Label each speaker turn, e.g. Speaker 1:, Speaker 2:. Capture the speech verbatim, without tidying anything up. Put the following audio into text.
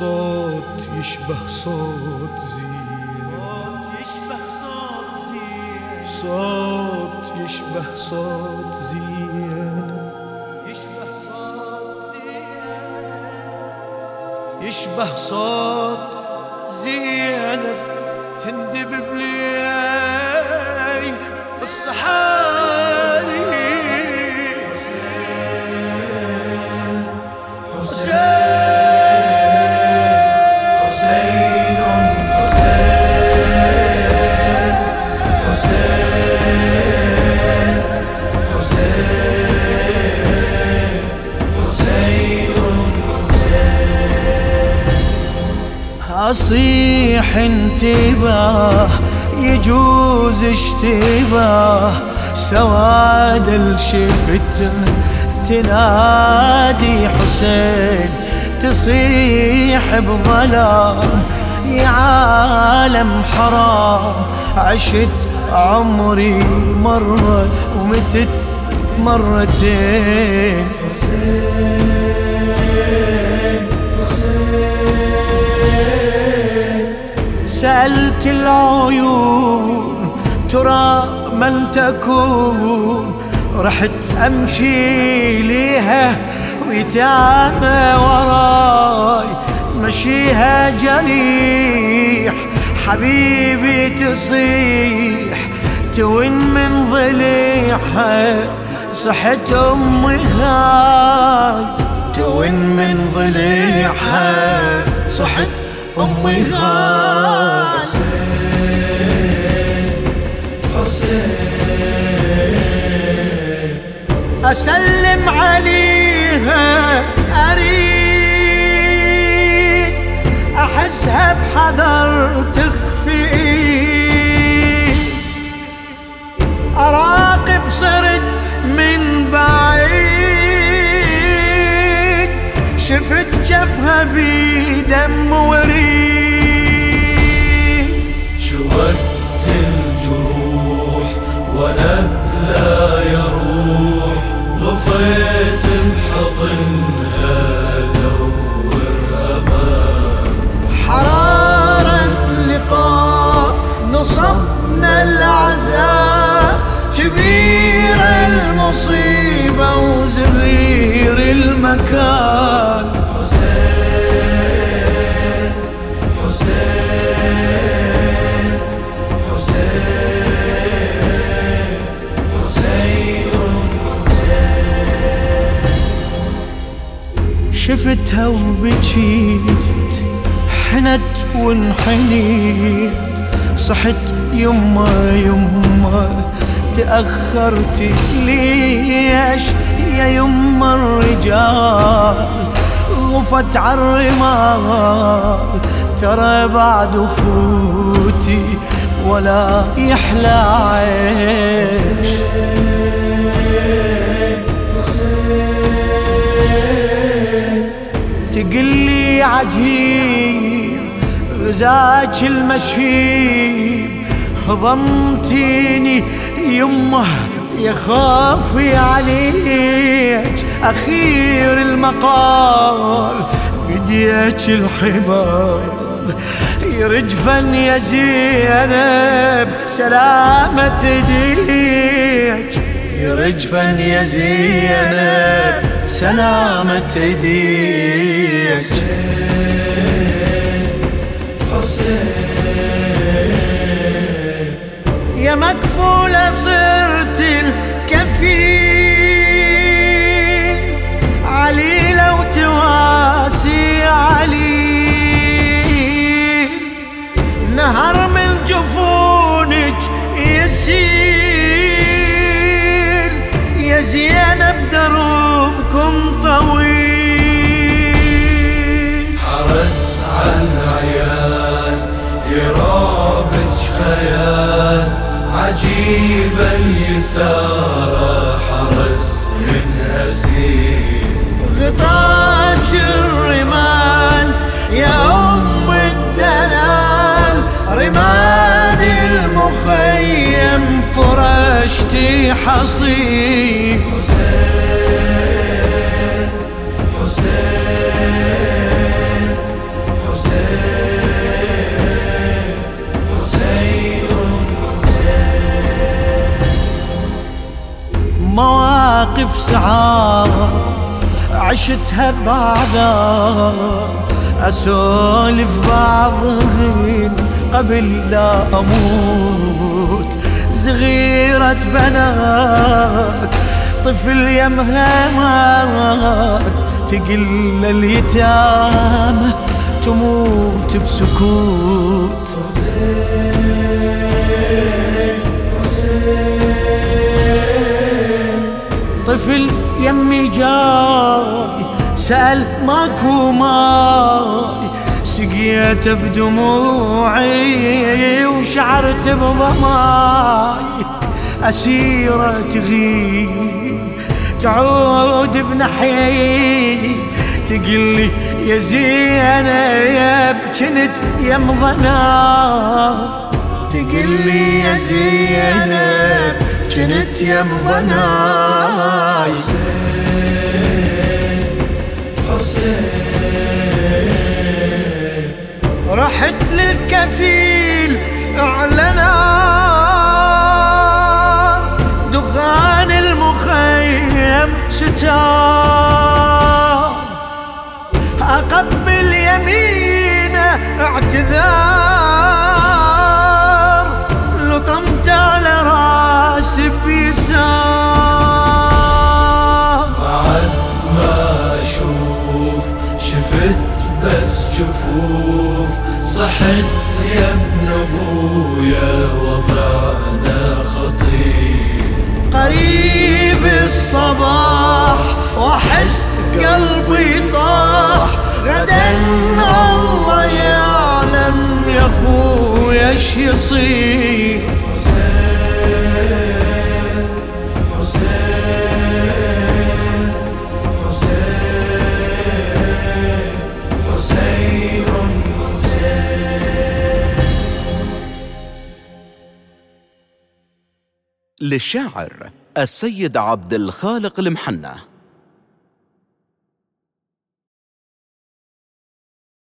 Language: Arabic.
Speaker 1: صوت يشبه صوت زين، صوت يشبه صوت زين،
Speaker 2: يشبه صوت زين،
Speaker 1: يشبه صوت زينب تندب بليل الصحاري. حسين حسين حسين حسين حسين حسين. أصيح انتباه يجوز اشتباه، سواد الشفت تنادي حسين، تصيح بظلام يا عالم حرام. عشت عمري مرة ومتت مرتين. حسين حسين سألت العيون ترى من تكون، رحت أمشي ليها ويتامى وراي، مشيها جريح حبيبي تصيح، توين من ضليعها صحت أمي هاي، توين من ضليعها صحت أمي هاي. حسين حسين أسلم عليها أريد أحسها بحذر تخفي، أراقب صرت من بعيد، شفت جفها بدم وريد.
Speaker 3: شوقت الجروح وانا لا يروح، غفيت بحضنها ادور امان.
Speaker 1: حرارة لقاء نصبنا العزاء، كبيرة المصيبة وزغير المكان. حسين حسين حسين حسين. شفتها وبكيت، حنت وانحنيت، صحت يما يما تأخرتي ليش يا يما الرجال، غفت عالرمال ترى بعد اخوتي ولا يحلى عيش. تقلي عجيب غزاك المشيب، هضمتيني يمه يا خافي عليك، أخير المقال بديك الحبال، يرجفا يا زينب سلامة ايديك، يرجفا يا زينب سلامة ايديك. يا مكفولة صرت الكفيل، علي لو تواسي علي، نهر من جفونك يسيل، يا زينب دربكم طويل.
Speaker 3: حرس عن عيال يرابج خيال، عجيب اليسار حرس من أسير.
Speaker 1: غطاك الرمال يا أم الدلال، رماد المخيم فرشتي حصين. حسين حسين مواقف صعاب عشتها بعذاب، أسولف بعضهن قبل لا أموت. صغيرة بنات طفل يمها مات، تقل اليتامى تموت بسكوت. طفل يمي جاي سأل ماكو ماي، سقيت بدموعي وشعرت بضماي. أسيرة تغيب تعود بنحيي، تقلي يا زينب جنت يم ضناي، تقلي يا زينب جنت يم ضناي. رحت للكفيل اعلنار، دخان المخيم ستار. اقبل يمينه اعتذار، لطمت على راسي بيسار.
Speaker 3: بعد ما اشوف شفت بس جفوف، صحت يا ابن ابويا وضعنا خطير.
Speaker 1: قريب الصباح واحس قلبي طاح، غدا الله يعلم يا اخويا ايش يصير.
Speaker 3: حسين حسين حسين حسين حسين.
Speaker 4: للشاعر السيد عبد الخالق المحنى.